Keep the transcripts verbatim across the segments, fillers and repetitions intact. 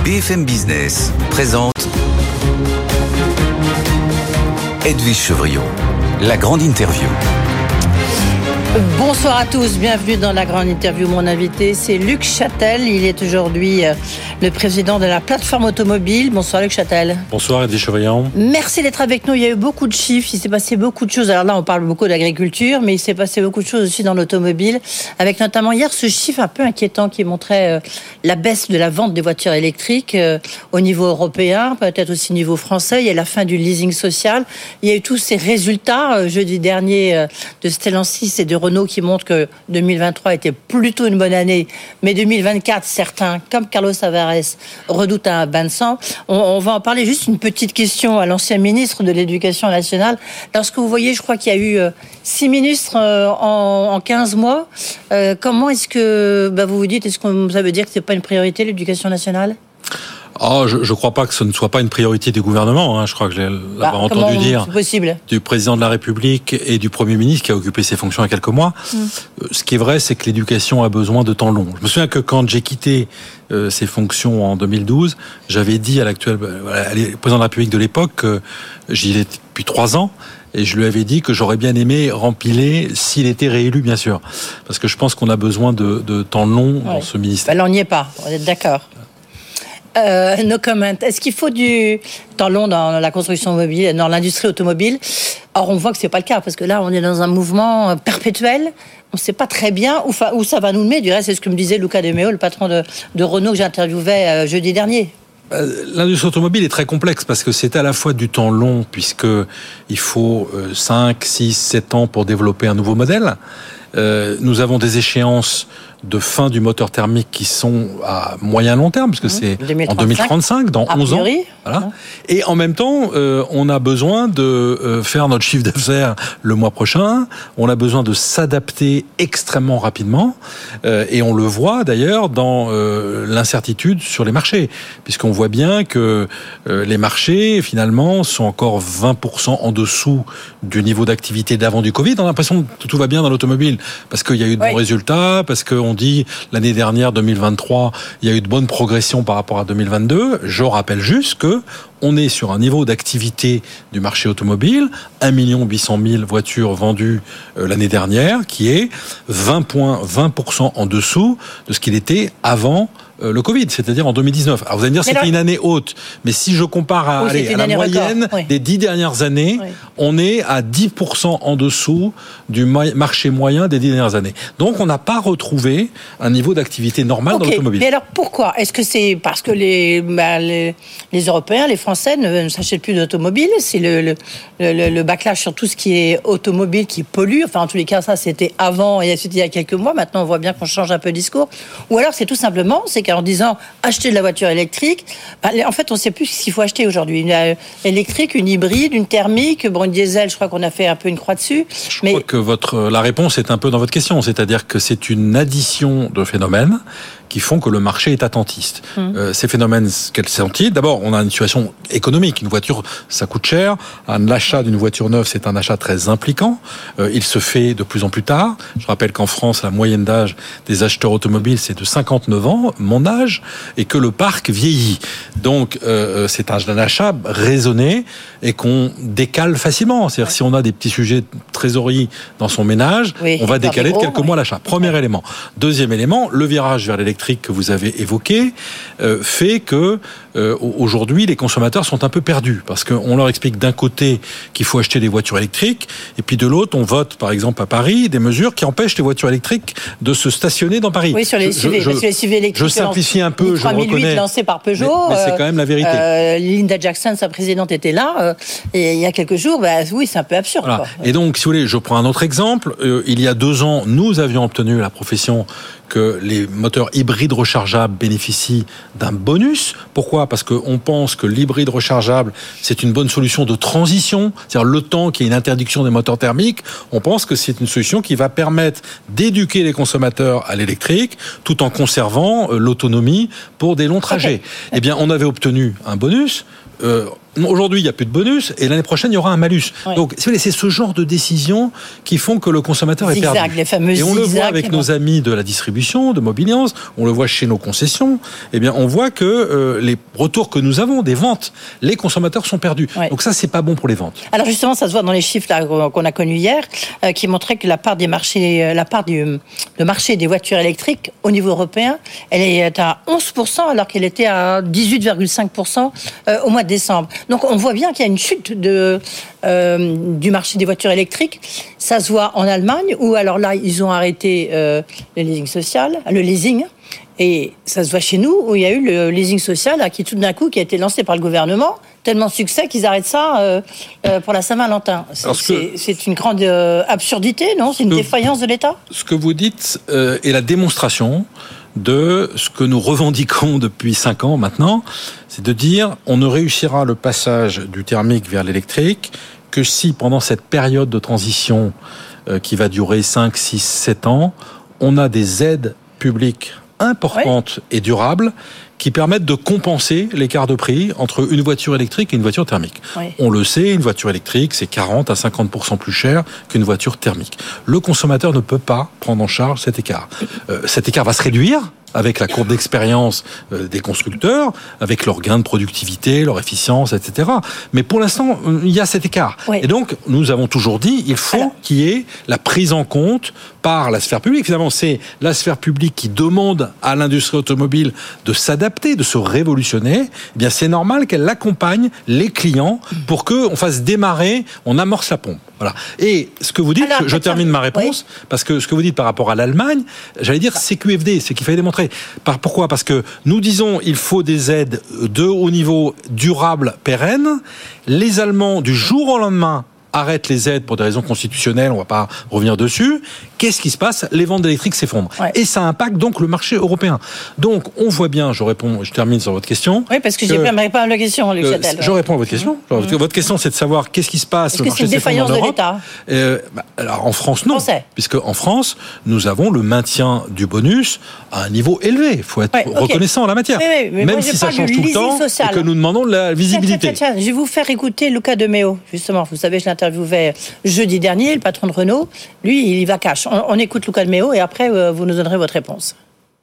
B F M Business présente Edwige Chevrillon, la grande interview. Bonsoir à tous, bienvenue dans la grande interview. Mon invité, c'est Luc Châtel. Il est aujourd'hui le président de la plateforme automobile. Bonsoir Luc Châtel. Bonsoir Edwige Chevrillon. Merci d'être avec nous. Il y a eu beaucoup de chiffres, il s'est passé beaucoup de choses. Alors là, on parle beaucoup d'agriculture, mais il s'est passé beaucoup de choses aussi dans l'automobile, avec notamment hier ce chiffre un peu inquiétant qui montrait euh, la baisse de la vente des voitures électriques euh, au niveau européen, peut-être aussi au niveau français. Il y a la fin du leasing social. Il y a eu tous ces résultats euh, jeudi dernier euh, de Stellantis et de Renault qui montre que deux mille vingt-trois était plutôt une bonne année, mais deux mille vingt-quatre, certains, comme Carlos Tavares, redoutent un bain de sang. On, on va en parler. Juste une petite question à l'ancien ministre de l'Éducation nationale. Lorsque vous voyez, je crois qu'il y a eu euh, six ministres euh, en, en quinze mois, euh, comment est-ce que bah, vous vous dites, est-ce que ça veut dire que c'est pas une priorité, l'éducation nationale ? Oh, je ne crois pas que ce ne soit pas une priorité du gouvernement. Hein. Je crois que je l'ai bah, entendu dire du président de la République et du Premier ministre qui a occupé ses fonctions il y a quelques mois. Mm. Ce qui est vrai, c'est que l'éducation a besoin de temps long. Je me souviens que quand j'ai quitté euh, ses fonctions en deux mille douze, j'avais dit à l'actuel voilà, président de la République de l'époque que j'y étais depuis trois ans. Et je lui avais dit que j'aurais bien aimé rempiler s'il était réélu, bien sûr. Parce que je pense qu'on a besoin de, de temps long ouais. dans ce ministère. Bah, là, on n'y est pas, on est d'accord. Euh, no comment. Est-ce qu'il faut du temps long dans la construction automobile, dans l'industrie automobile ? Or, on voit que c'est pas le cas, parce que là, on est dans un mouvement perpétuel. On ne sait pas très bien où, fa- où ça va nous mener. Du reste, c'est ce que me disait Luca De Meo, le patron de, de Renault que j'interviewais euh, jeudi dernier. L'industrie automobile est très complexe parce que c'est à la fois du temps long, puisqu'il faut cinq, six, sept ans pour développer un nouveau modèle. Euh, nous avons des échéances de fin du moteur thermique qui sont à moyen long terme, parce que c'est deux mille trente-cinq, en deux mille trente-cinq, dans onze ans. Voilà. Mmh. Et en même temps, euh, on a besoin de euh, faire notre chiffre d'affaires le mois prochain. On a besoin de s'adapter extrêmement rapidement. Euh, et on le voit d'ailleurs dans euh, l'incertitude sur les marchés, puisqu'on voit bien que euh, les marchés, finalement, sont encore vingt pour cent en dessous du niveau d'activité d'avant du Covid. On a l'impression que tout va bien dans l'automobile, parce qu'il y a eu de oui. bons résultats, parce qu'on dit l'année dernière, deux mille vingt-trois, il y a eu de bonnes progressions par rapport à deux mille vingt-deux. Je rappelle juste que on est sur un niveau d'activité du marché automobile, un million huit cent mille voitures vendues euh, l'année dernière, qui est vingt pour cent en dessous de ce qu'il était avant euh, le Covid, c'est-à-dire en deux mille dix-neuf. Alors vous allez me dire, mais c'était là... une année haute, mais si je compare à, oui, allez, à la moyenne oui. des dix dernières années, oui. on est à dix pour cent en dessous du marché moyen des dix dernières années. Donc on n'a pas retrouvé un niveau d'activité normal okay. dans l'automobile. Mais alors pourquoi ? Est-ce que c'est parce que les, bah, les, les Européens, les Français ne, ne s'achètent plus d'automobile ? C'est le, le, le, le backlash sur tout ce qui est automobile qui pollue. Enfin, en tous les cas, ça c'était avant et c'était il y a quelques mois. Maintenant, on voit bien qu'on change un peu de discours. Ou alors c'est tout simplement, c'est qu'en disant acheter de la voiture électrique, bah, en fait, on ne sait plus ce qu'il faut acheter aujourd'hui. Une électrique, une hybride, une thermique, bon, une diesel. Je crois qu'on a fait un peu une croix dessus. Je mais... crois que votre la réponse est un peu dans votre question, c'est-à-dire que c'est une addition de phénomènes qui font que le marché est attentiste. Mmh. Euh, ces phénomènes, quels sont-ils ? D'abord, on a une situation économique. Une voiture, ça coûte cher. L'achat d'une voiture neuve, c'est un achat très impliquant. Euh, il se fait de plus en plus tard. Je rappelle qu'en France, la moyenne d'âge des acheteurs automobiles, c'est de cinquante-neuf ans, mon âge, et que le parc vieillit. Donc, euh, c'est un, un achat raisonné et qu'on décale facilement. C'est-à-dire, ouais. si on a des petits sujets de trésorerie dans son ménage, oui, on va décaler gros, de quelques oui. mois l'achat. Premier ouais. élément. Deuxième élément, le virage vers l'électrique que vous avez évoqué euh, fait que euh, aujourd'hui les consommateurs sont un peu perdus parce qu'on leur explique d'un côté qu'il faut acheter des voitures électriques et puis de l'autre on vote par exemple à Paris des mesures qui empêchent les voitures électriques de se stationner dans Paris. Oui, sur les S U V, je, je, sur les S U V électriques. Je simplifie un peu, je reconnais. Lancé par Peugeot. Mais, mais c'est quand même la vérité. Euh, Linda Jackson, sa présidente, était là euh, et il y a quelques jours. Bah, oui, c'est un peu absurde. Voilà. Quoi. Et donc, si vous voulez, je prends un autre exemple. Euh, il y a deux ans, nous avions obtenu la profession que les moteurs hybrides rechargeables bénéficient d'un bonus. Pourquoi ? Parce qu'on pense que l'hybride rechargeable, c'est une bonne solution de transition. C'est-à-dire le temps qu'il y ait une interdiction des moteurs thermiques, on pense que c'est une solution qui va permettre d'éduquer les consommateurs à l'électrique tout en conservant l'autonomie pour des longs trajets. Okay. Eh bien, on avait obtenu un bonus. Euh, aujourd'hui, il n'y a plus de bonus, et l'année prochaine, il y aura un malus. Ouais. Donc, c'est ce genre de décisions qui font que le consommateur zigzag, est perdu. Les fameux et on zigzag, le voit avec nos amis de la distribution, de Mobiliance, on le voit chez nos concessions. Eh bien, on voit que euh, les retours que nous avons des ventes, les consommateurs sont perdus. Ouais. Donc ça, c'est pas bon pour les ventes. Alors justement, ça se voit dans les chiffres là, qu'on a connus hier, euh, qui montraient que la part des marchés, la part du le marché des voitures électriques au niveau européen, elle est à onze pour cent alors qu'elle était à dix-huit virgule cinq pour cent euh, au mois de décembre. Donc on voit bien qu'il y a une chute de, euh, du marché des voitures électriques. Ça se voit en Allemagne où alors là ils ont arrêté euh, le leasing social, le leasing. Et ça se voit chez nous, où il y a eu le leasing social, là, qui tout d'un coup, qui a été lancé par le gouvernement, tellement de succès qu'ils arrêtent ça euh, euh, pour la Saint-Valentin. C'est, que, c'est une grande euh, absurdité, non ? C'est une défaillance de l'État ? Ce que vous dites euh, est la démonstration de ce que nous revendiquons depuis cinq ans maintenant, c'est de dire on ne réussira le passage du thermique vers l'électrique que si, pendant cette période de transition euh, qui va durer cinq, six, sept ans, on a des aides publiques importantes oui. et durables qui permettent de compenser l'écart de prix entre une voiture électrique et une voiture thermique. Oui. On le sait, une voiture électrique, c'est quarante à cinquante pour cent plus cher qu'une voiture thermique. Le consommateur ne peut pas prendre en charge cet écart. Euh, cet écart va se réduire avec la courbe d'expérience des constructeurs, avec leur gain de productivité, leur efficience, et cetera. Mais pour l'instant, il y a cet écart. Oui. Et donc, nous avons toujours dit, il faut Alors. qu'il y ait la prise en compte par la sphère publique. Finalement, c'est la sphère publique qui demande à l'industrie automobile de s'adapter, de se révolutionner. Eh bien, c'est normal qu'elle accompagne les clients pour qu'on fasse démarrer, on amorce la pompe. Voilà. Et ce que vous dites, Alors, je, je termine ma réponse, oui. parce que ce que vous dites par rapport à l'Allemagne, j'allais dire C Q F D, c'est qu'il fallait démontrer. Par, pourquoi ? Parce que nous disons il faut des aides de haut niveau, durables, pérennes. Les Allemands, du jour au lendemain, arrêtent les aides pour des raisons constitutionnelles, on ne va pas revenir dessus. Qu'est-ce qui se passe ? Les ventes d'électriques s'effondrent. Ouais. Et ça impacte donc le marché européen. Donc, on voit bien, je réponds, je termine sur votre question. Oui, parce que, que j'ai pas répondu à la question, Luc Châtel. Je réponds à votre question. Mmh. Votre question, c'est de savoir qu'est-ce qui se passe, Est-ce le marché s'effondre en Europe. Est-ce que c'est une défaillance de l'État ? euh, bah, Alors, en France, non. Français. Puisque en France, nous avons le maintien du bonus à un niveau élevé. Il faut être ouais, okay. reconnaissant en la matière. Mais, mais, mais Même si ça change tout le temps social. Et que nous demandons de la visibilité. Tiens, tiens, tiens, je vais vous faire écouter Luca de Meo, justement. Vous savez, je l'interviewais jeudi dernier, le patron de Renault. Lui, il y va cash. On, on écoute Luca de Meo et après, euh, vous nous donnerez votre réponse.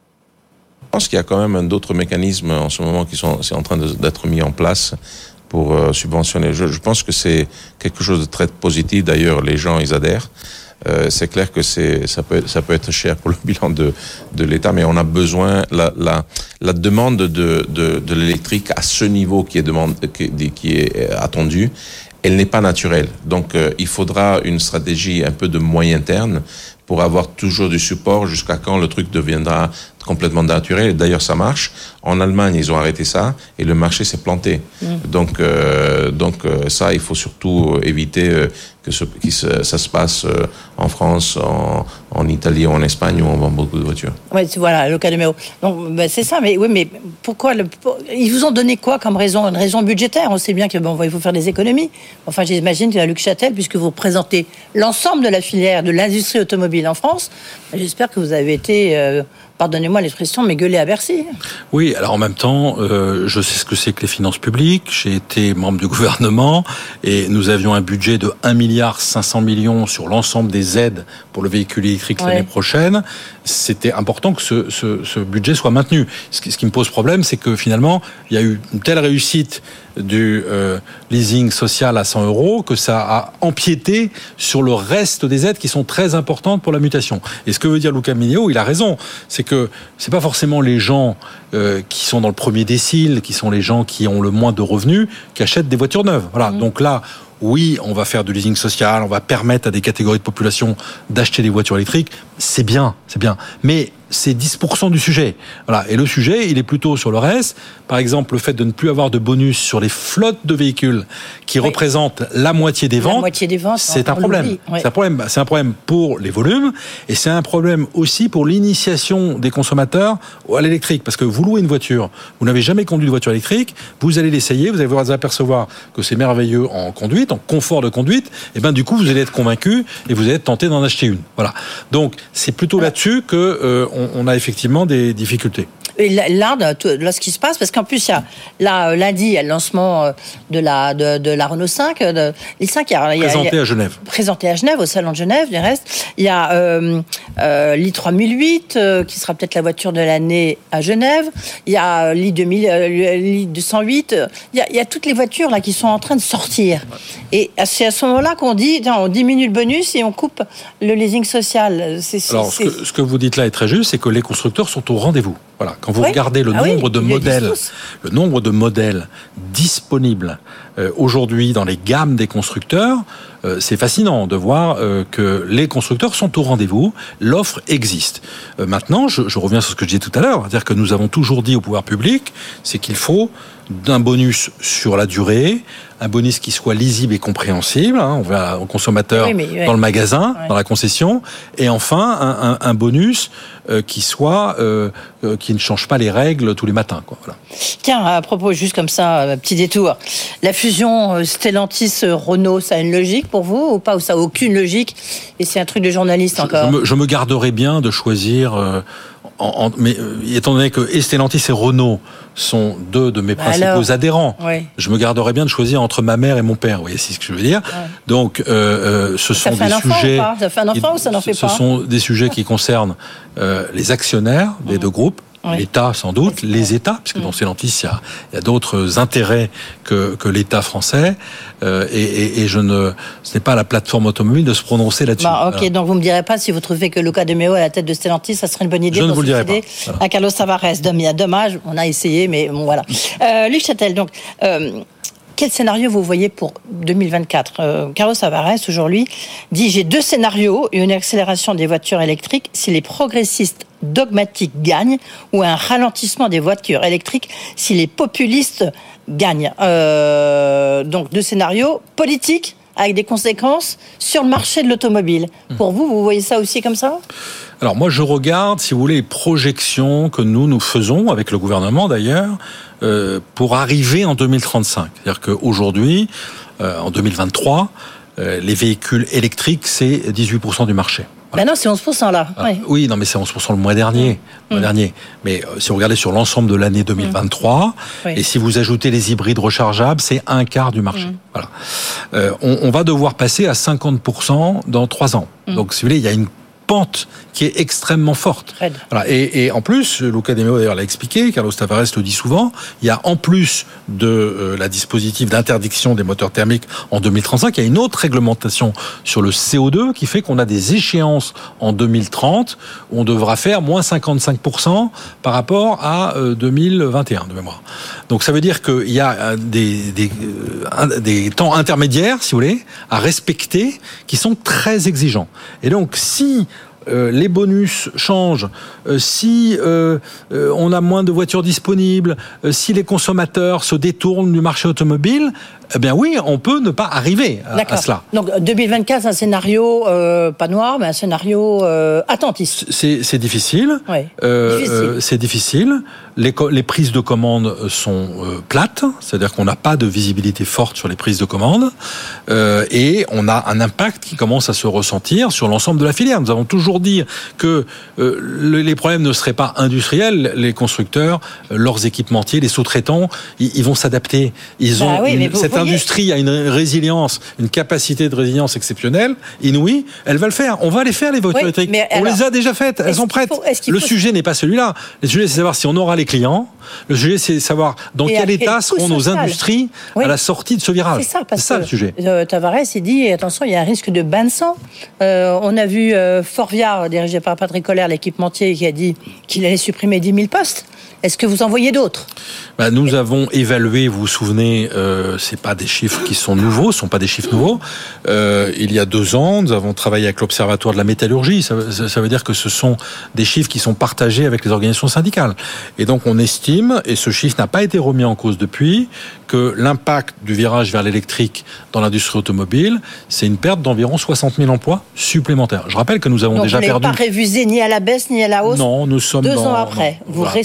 Je pense qu'il y a quand même d'autres mécanismes en ce moment qui sont c'est en train de, d'être mis en place pour euh, subventionner. Je, je pense que c'est quelque chose de très positif. D'ailleurs, les gens, ils adhèrent. Euh, c'est clair que c'est ça peut ça peut être cher pour le bilan de de l'État, mais on a besoin la la la demande de de de l'électrique à ce niveau qui est demande qui, qui est attendu. Elle n'est pas naturelle. Donc, euh, il faudra une stratégie un peu de moyen terme pour avoir toujours du support jusqu'à quand le truc deviendra complètement naturel. Et d'ailleurs, ça marche. En Allemagne, ils ont arrêté ça et le marché s'est planté. Mmh. Donc, euh, donc euh, ça, il faut surtout éviter euh, que, ce, que ça, ça se passe euh, en France, en, en Italie, en Espagne où on vend beaucoup de voitures. Oui, voilà, le cas de Méo. Donc, ben, c'est ça. Mais oui, mais pourquoi le, pour, ils vous ont donné quoi comme raison ? Une raison budgétaire. On sait bien que bon, il faut faire des économies. Enfin, j'imagine que Luc Châtel, puisque vous représentez l'ensemble de la filière de l'industrie automobile en France, j'espère que vous avez été euh, pardonnez-moi l'expression, mais gueuler à Bercy. Oui, alors en même temps, euh, je sais ce que c'est que les finances publiques. J'ai été membre du gouvernement et nous avions un budget de un milliard cinq cents millions sur l'ensemble des aides pour le véhicule électrique ouais. l'année prochaine. C'était important que ce, ce, ce budget soit maintenu. Ce qui, ce qui me pose problème, c'est que finalement, il y a eu une telle réussite du euh, leasing social à cent euros que ça a empiété sur le reste des aides qui sont très importantes pour la mutation. Et ce que veut dire Luca Migneo, il a raison, c'est que c'est pas forcément les gens euh, qui sont dans le premier décile, qui sont les gens qui ont le moins de revenus, qui achètent des voitures neuves. Voilà. Mmh. Donc là, oui, on va faire du leasing social, on va permettre à des catégories de population d'acheter des voitures électriques. C'est bien, c'est bien. Mais c'est dix pour cent du sujet. Voilà. Et le sujet, il est plutôt sur le reste. Par exemple, le fait de ne plus avoir de bonus sur les flottes de véhicules qui oui. représentent la moitié des ventes. La moitié des ventes, c'est un problème. Oui. C'est un problème. C'est un problème pour les volumes et c'est un problème aussi pour l'initiation des consommateurs à l'électrique. Parce que vous louez une voiture, vous n'avez jamais conduit de voiture électrique, vous allez l'essayer, vous allez vous apercevoir que c'est merveilleux en conduite, en confort de conduite. Et ben du coup, vous allez être convaincu et vous allez être tenté d'en acheter une. Voilà. Donc, c'est plutôt voilà. là-dessus que euh, on, on a effectivement des difficultés. Et là, là, là, ce qui se passe, parce qu'en plus, il y a, là, lundi, il y a le lancement de la, de, de la Renault cinq. De, les cinq, il y a, il y a, présenté il y a, à Genève. Présenté à Genève, au Salon de Genève, du reste. Il y a euh, euh, l'I trois mille huit, euh, qui sera peut-être la voiture de l'année à Genève. Il y a l'I deux mille, euh, l'I deux cent huit. Il y, a, il y a toutes les voitures là qui sont en train de sortir. Et c'est à ce moment-là qu'on dit, on diminue le bonus et on coupe le leasing social. C'est, c'est, Alors, ce que, ce que vous dites là est très juste, c'est que les constructeurs sont au rendez-vous. Voilà. Quand vous oui. regardez le ah nombre oui, de modèles, le nombre de modèles disponibles euh, aujourd'hui dans les gammes des constructeurs, euh, c'est fascinant de voir euh, que les constructeurs sont au rendez-vous. L'offre existe. Euh, maintenant, je, je reviens sur ce que je disais tout à l'heure, c'est-à-dire que nous avons toujours dit au pouvoir public, c'est qu'il faut d'un bonus sur la durée, un bonus qui soit lisible et compréhensible, hein, on va au consommateur oui, mais, ouais. dans le magasin, ouais. dans la concession, et enfin un, un, un bonus euh, qui soit euh, euh, qui ne change pas les règles tous les matins, quoi. Voilà. Tiens, à propos, juste comme ça, un petit détour, la fusion Stellantis-Renault, ça a une logique pour vous ou pas, ou ça n'a aucune logique et c'est un truc de journaliste encore? Je, je, me, je me garderais bien de choisir. Euh, En, en, mais euh, étant donné que Stellantis et Renault sont deux de mes bah principaux alors, adhérents, oui. je me garderais bien de choisir entre ma mère et mon père. Vous voyez, c'est ce que je veux dire. Ouais. Donc, euh, euh, ce ça sont fait des un sujets. Enfant, ça fait un enfant ou ça n'en fait ce pas? Ce sont des sujets qui concernent euh, les actionnaires des mmh. deux groupes. Oui. L'État sans doute, les États, puisque dans Stellantis il y a, il y a d'autres intérêts que, que l'État français, euh, et, et, et je ne, ce n'est pas à la plateforme automobile de se prononcer là-dessus. Bah, ok, voilà. Donc vous me direz pas si vous trouvez que Luca de Meo à la tête de Stellantis, ça serait une bonne idée je pour ne vous le dirai succéder pas. Voilà. à Carlos Tavares. Dommage, on a essayé, mais bon voilà. Euh, Luc Châtel, donc. Euh, Quel scénario vous voyez pour deux mille vingt-quatre? euh, Carlos Tavares, aujourd'hui, dit « J'ai deux scénarios, une accélération des voitures électriques si les progressistes dogmatiques gagnent ou un ralentissement des voitures électriques si les populistes gagnent. Euh, » Donc, deux scénarios politiques avec des conséquences sur le marché de l'automobile. Mmh. Pour vous, vous voyez ça aussi comme ça? Alors moi, je regarde, si vous voulez, les projections que nous, nous faisons, avec le gouvernement d'ailleurs, euh, pour arriver en deux mille trente-cinq. C'est-à-dire qu'aujourd'hui, euh, en deux mille vingt-trois, euh, les véhicules électriques, c'est dix-huit pour cent du marché. Voilà. Ben non, c'est onze pour cent là. Ah, oui. oui, non, mais c'est onze pour cent le mois dernier. Mmh. Le mois mmh. dernier. Mais euh, si vous regardez sur l'ensemble de l'année deux mille vingt-trois, mmh. oui. et si vous ajoutez les hybrides rechargeables, c'est un quart du marché. Mmh. Voilà. Euh, on, on va devoir passer à cinquante pour cent dans trois ans. Mmh. Donc, si vous voulez, il y a une pente qui est extrêmement forte. Voilà. Et, et en plus, Luca de Meo d'ailleurs l'a expliqué, Carlos Tavares le dit souvent, il y a en plus de euh, la dispositif d'interdiction des moteurs thermiques en deux mille trente-cinq, il y a une autre réglementation sur le C O deux qui fait qu'on a des échéances en deux mille trente où on devra faire moins cinquante-cinq pour cent par rapport à euh, deux mille vingt et un de mémoire. Donc ça veut dire qu'il y a des, des, euh, des temps intermédiaires, si vous voulez, à respecter qui sont très exigeants. Et donc si Euh, les bonus changent, euh, si euh, euh, on a moins de voitures disponibles, euh, si les consommateurs se détournent du marché automobile, eh bien oui, on peut ne pas arriver à, à cela. Donc deux mille vingt-quatre, c'est un scénario euh, pas noir, mais un scénario euh, attentiste. C'est, c'est difficile. Oui. Euh, difficile. Euh, c'est difficile. Les, co- les prises de commande sont euh, plates, c'est-à-dire qu'on n'a pas de visibilité forte sur les prises de commande, euh, et on a un impact qui commence à se ressentir sur l'ensemble de la filière. Nous avons toujours dit que euh, le, les problèmes ne seraient pas industriels. Les constructeurs, euh, leurs équipementiers, les sous-traitants, ils, ils vont s'adapter. Ils ont bah oui, une, cette voyez... industrie a une résilience, une capacité de résilience exceptionnelle, inouïe. Elle va le faire. On va les faire les voitures oui, électriques. On alors, les a déjà faites. Elles sont prêtes. Faut, le faut... sujet n'est pas celui-là. Le sujet, c'est savoir si on aura les clients. Le sujet, c'est savoir dans et quel état seront nos industries oui. à la sortie de ce virage. C'est ça, parce c'est ça que le sujet. Euh, Tavares, il dit attention, il y a un risque de bain de sang. Euh, on a vu euh, Forvia, dirigé par Patrick Koller, l'équipementier, qui a dit qu'il allait supprimer dix mille postes. Est-ce que vous en voyez d'autres ? Ben, nous avons évalué, vous vous souvenez, euh, c'est pas des chiffres qui sont nouveaux, ce sont pas des chiffres nouveaux. Euh, il y a deux ans, nous avons travaillé avec l'Observatoire de la métallurgie. Ça, ça, ça veut dire que ce sont des chiffres qui sont partagés avec les organisations syndicales. Et donc on estime, et ce chiffre n'a pas été remis en cause depuis, que l'impact du virage vers l'électrique dans l'industrie automobile, c'est une perte d'environ soixante mille emplois supplémentaires. Je rappelle que nous avons donc déjà vous perdu. Donc vous n'avez pas révisé ni à la baisse ni à la hausse. Non, nous sommes deux dans, ans après. Non, vous voilà, restez. Deux ans après.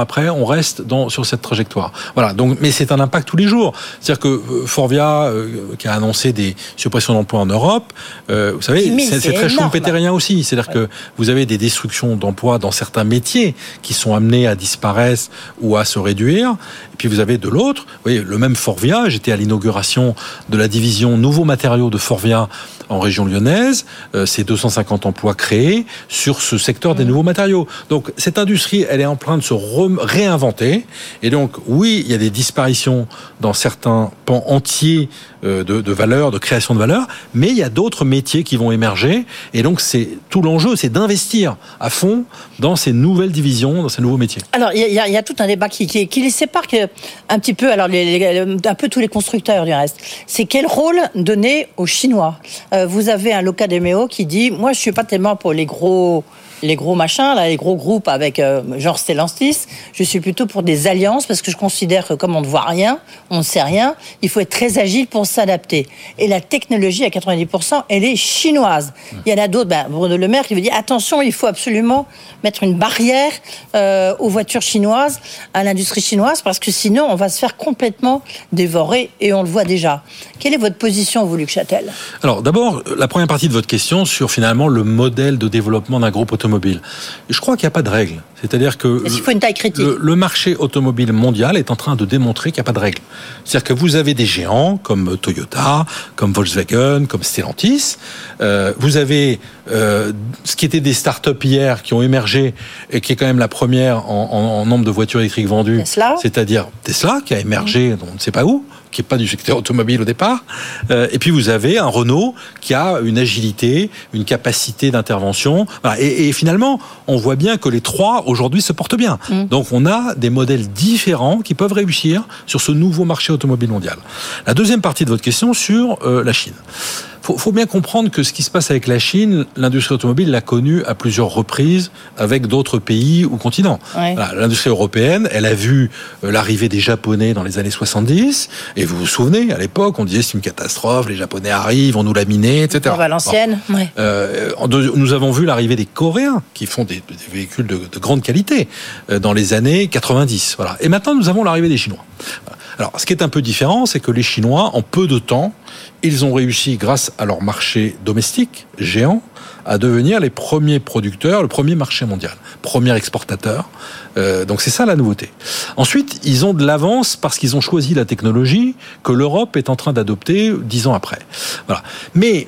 après, on reste dans, sur cette trajectoire. Voilà. Donc, mais c'est un impact tous les jours. C'est-à-dire que Forvia, euh, qui a annoncé des suppressions d'emplois en Europe, euh, vous savez, c'est, c'est, c'est très schumpeterien aussi. C'est-à-dire ouais. que vous avez des destructions d'emplois dans certains métiers qui sont amenés à disparaître ou à se réduire. Et puis vous avez de l'autre, vous voyez, le même Forvia. J'étais à l'inauguration de la division nouveaux matériaux de Forvia en région lyonnaise. Euh, c'est deux cent cinquante emplois créés sur ce secteur des mmh. nouveaux matériaux. Donc cette industrie, elle est en train de se re- réinventer. Et donc oui, il y a des disparitions dans certains pans entiers euh, de, de valeur, de création de valeur, mais il y a d'autres métiers qui vont émerger. Et donc c'est tout l'enjeu, c'est d'investir à fond dans ces nouvelles divisions, dans ces nouveaux métiers. Alors il y a, il y a tout un débat qui, qui, qui les sépare que, un petit peu, alors les, les, un peu tous les constructeurs du reste. C'est quel rôle donner aux Chinois. Euh, vous avez un Luca De Meo qui dit, moi je suis pas tellement pour les gros les gros machins, là, les gros groupes avec euh, genre Stellantis, je suis plutôt pour des alliances parce que je considère que comme on ne voit rien, on ne sait rien, il faut être très agile pour s'adapter. Et la technologie, à quatre-vingt-dix pour cent, elle est chinoise. Il y en a d'autres, ben, Bruno Le Maire qui veut dire, attention, il faut absolument mettre une barrière euh, aux voitures chinoises, à l'industrie chinoise, parce que sinon, on va se faire complètement dévorer et on le voit déjà. Quelle est votre position, vous, Luc Châtel ? Alors, d'abord, la première partie de votre question sur finalement le modèle de développement d'un groupe automobile. Je crois qu'il n'y a pas de règle. C'est-à-dire que il faut une taille critique. Le, le marché automobile mondial est en train de démontrer qu'il n'y a pas de règle. C'est-à-dire que vous avez des géants comme Toyota, comme Volkswagen, comme Stellantis. Euh, vous avez euh, ce qui était des start-up hier qui ont émergé et qui est quand même la première en, en, en nombre de voitures électriques vendues. Tesla. C'est-à-dire Tesla qui a émergé, mmh. on ne sait pas où, qui n'est pas du secteur automobile au départ. Euh, et puis vous avez un Renault qui a une agilité, une capacité d'intervention. Voilà. Et, et finalement, on voit bien que les trois aujourd'hui se portent bien. Mmh. Donc on a des modèles différents qui peuvent réussir sur ce nouveau marché automobile mondial. La deuxième partie de votre question sur euh, la Chine. Faut, faut bien comprendre que ce qui se passe avec la Chine, l'industrie automobile l'a connu à plusieurs reprises avec d'autres pays ou continents. Ouais. Voilà, l'industrie européenne, elle a vu l'arrivée des Japonais dans les années soixante-dix, et vous vous souvenez, à l'époque, on disait c'est une catastrophe, les Japonais arrivent, on nous laminer, et cetera. À Valenciennes, bon. ouais. euh, nous avons vu l'arrivée des Coréens, qui font des, des véhicules de, de grande qualité, euh, dans les années quatre-vingt-dix. Voilà. Et maintenant, nous avons l'arrivée des Chinois. Voilà. Alors, ce qui est un peu différent, c'est que les Chinois, en peu de temps, ils ont réussi, grâce à leur marché domestique géant, à devenir les premiers producteurs, le premier marché mondial, premier exportateur. Euh, donc c'est ça la nouveauté. Ensuite, ils ont de l'avance parce qu'ils ont choisi la technologie que l'Europe est en train d'adopter dix ans après. Voilà. Mais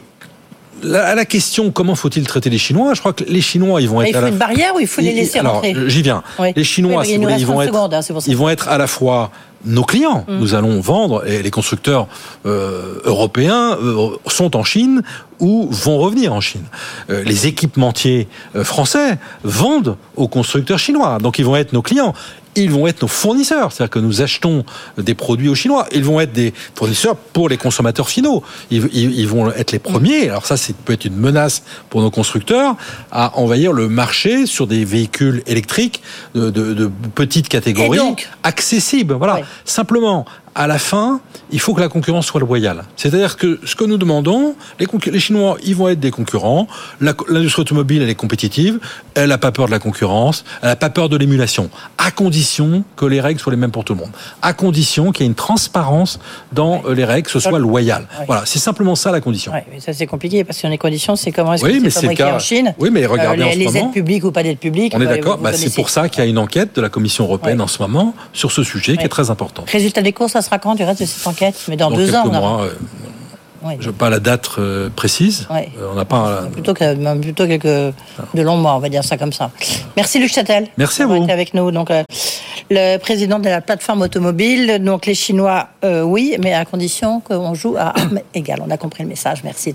à la question comment faut-il traiter les Chinois, je crois que les Chinois, ils vont être. Mais il faut à la... une barrière ou il faut les laisser Alors, rentrer ? J'y viens. Oui. Les Chinois, oui, si vous voulez, ils vont être, seconde, hein, ils vont être à la fois nos clients. Mmh. Nous allons vendre, et les constructeurs euh, européens euh, sont en Chine ou vont revenir en Chine. Euh, les équipementiers euh, français vendent aux constructeurs chinois, donc ils vont être nos clients. Ils vont être nos fournisseurs, c'est-à-dire que nous achetons des produits aux Chinois. Ils vont être des fournisseurs pour les consommateurs finaux. Ils, ils, ils vont être les premiers. Alors ça, c'est peut être une menace pour nos constructeurs à envahir le marché sur des véhicules électriques de, de, de petite catégorie, donc, accessibles. Voilà. Ouais. Simplement, à la fin, il faut que la concurrence soit loyale. C'est-à-dire que ce que nous demandons, les, concur- les Chinois, ils vont être des concurrents. La, l'industrie automobile, elle est compétitive. Elle n'a pas peur de la concurrence. Elle n'a pas peur de l'émulation. À condition que les règles soient les mêmes pour tout le monde. À condition qu'il y ait une transparence dans ouais. les règles, que ce soit loyal. Ouais. Voilà, c'est simplement ça la condition. Ouais, mais ça c'est compliqué parce que les conditions, c'est comment est-ce oui, que c'est, c'est fabriqué cas... en Chine. Oui, mais regardez euh, les, en ce les moment, aides publiques ou pas d'aides publiques. On est d'accord. Bah, c'est pour ça qu'il y a une enquête de la Commission européenne ouais. en ce moment sur ce sujet ouais. qui est très important. Résultat des courses, ça sera quand du reste de cette enquête? Mais dans, dans deux ans, on mois, a... euh, ouais. Je n'ai pas la date euh, précise. Ouais. Euh, on n'a pas. Plutôt, que, plutôt quelques de longs mois, on va dire ça comme ça. Merci Luc Châtel. Merci à vous. Été avec nous. Donc, euh, le président de la plateforme automobile. Donc les Chinois, euh, oui, mais à condition qu'on joue à armes égales. On a compris le message. Merci.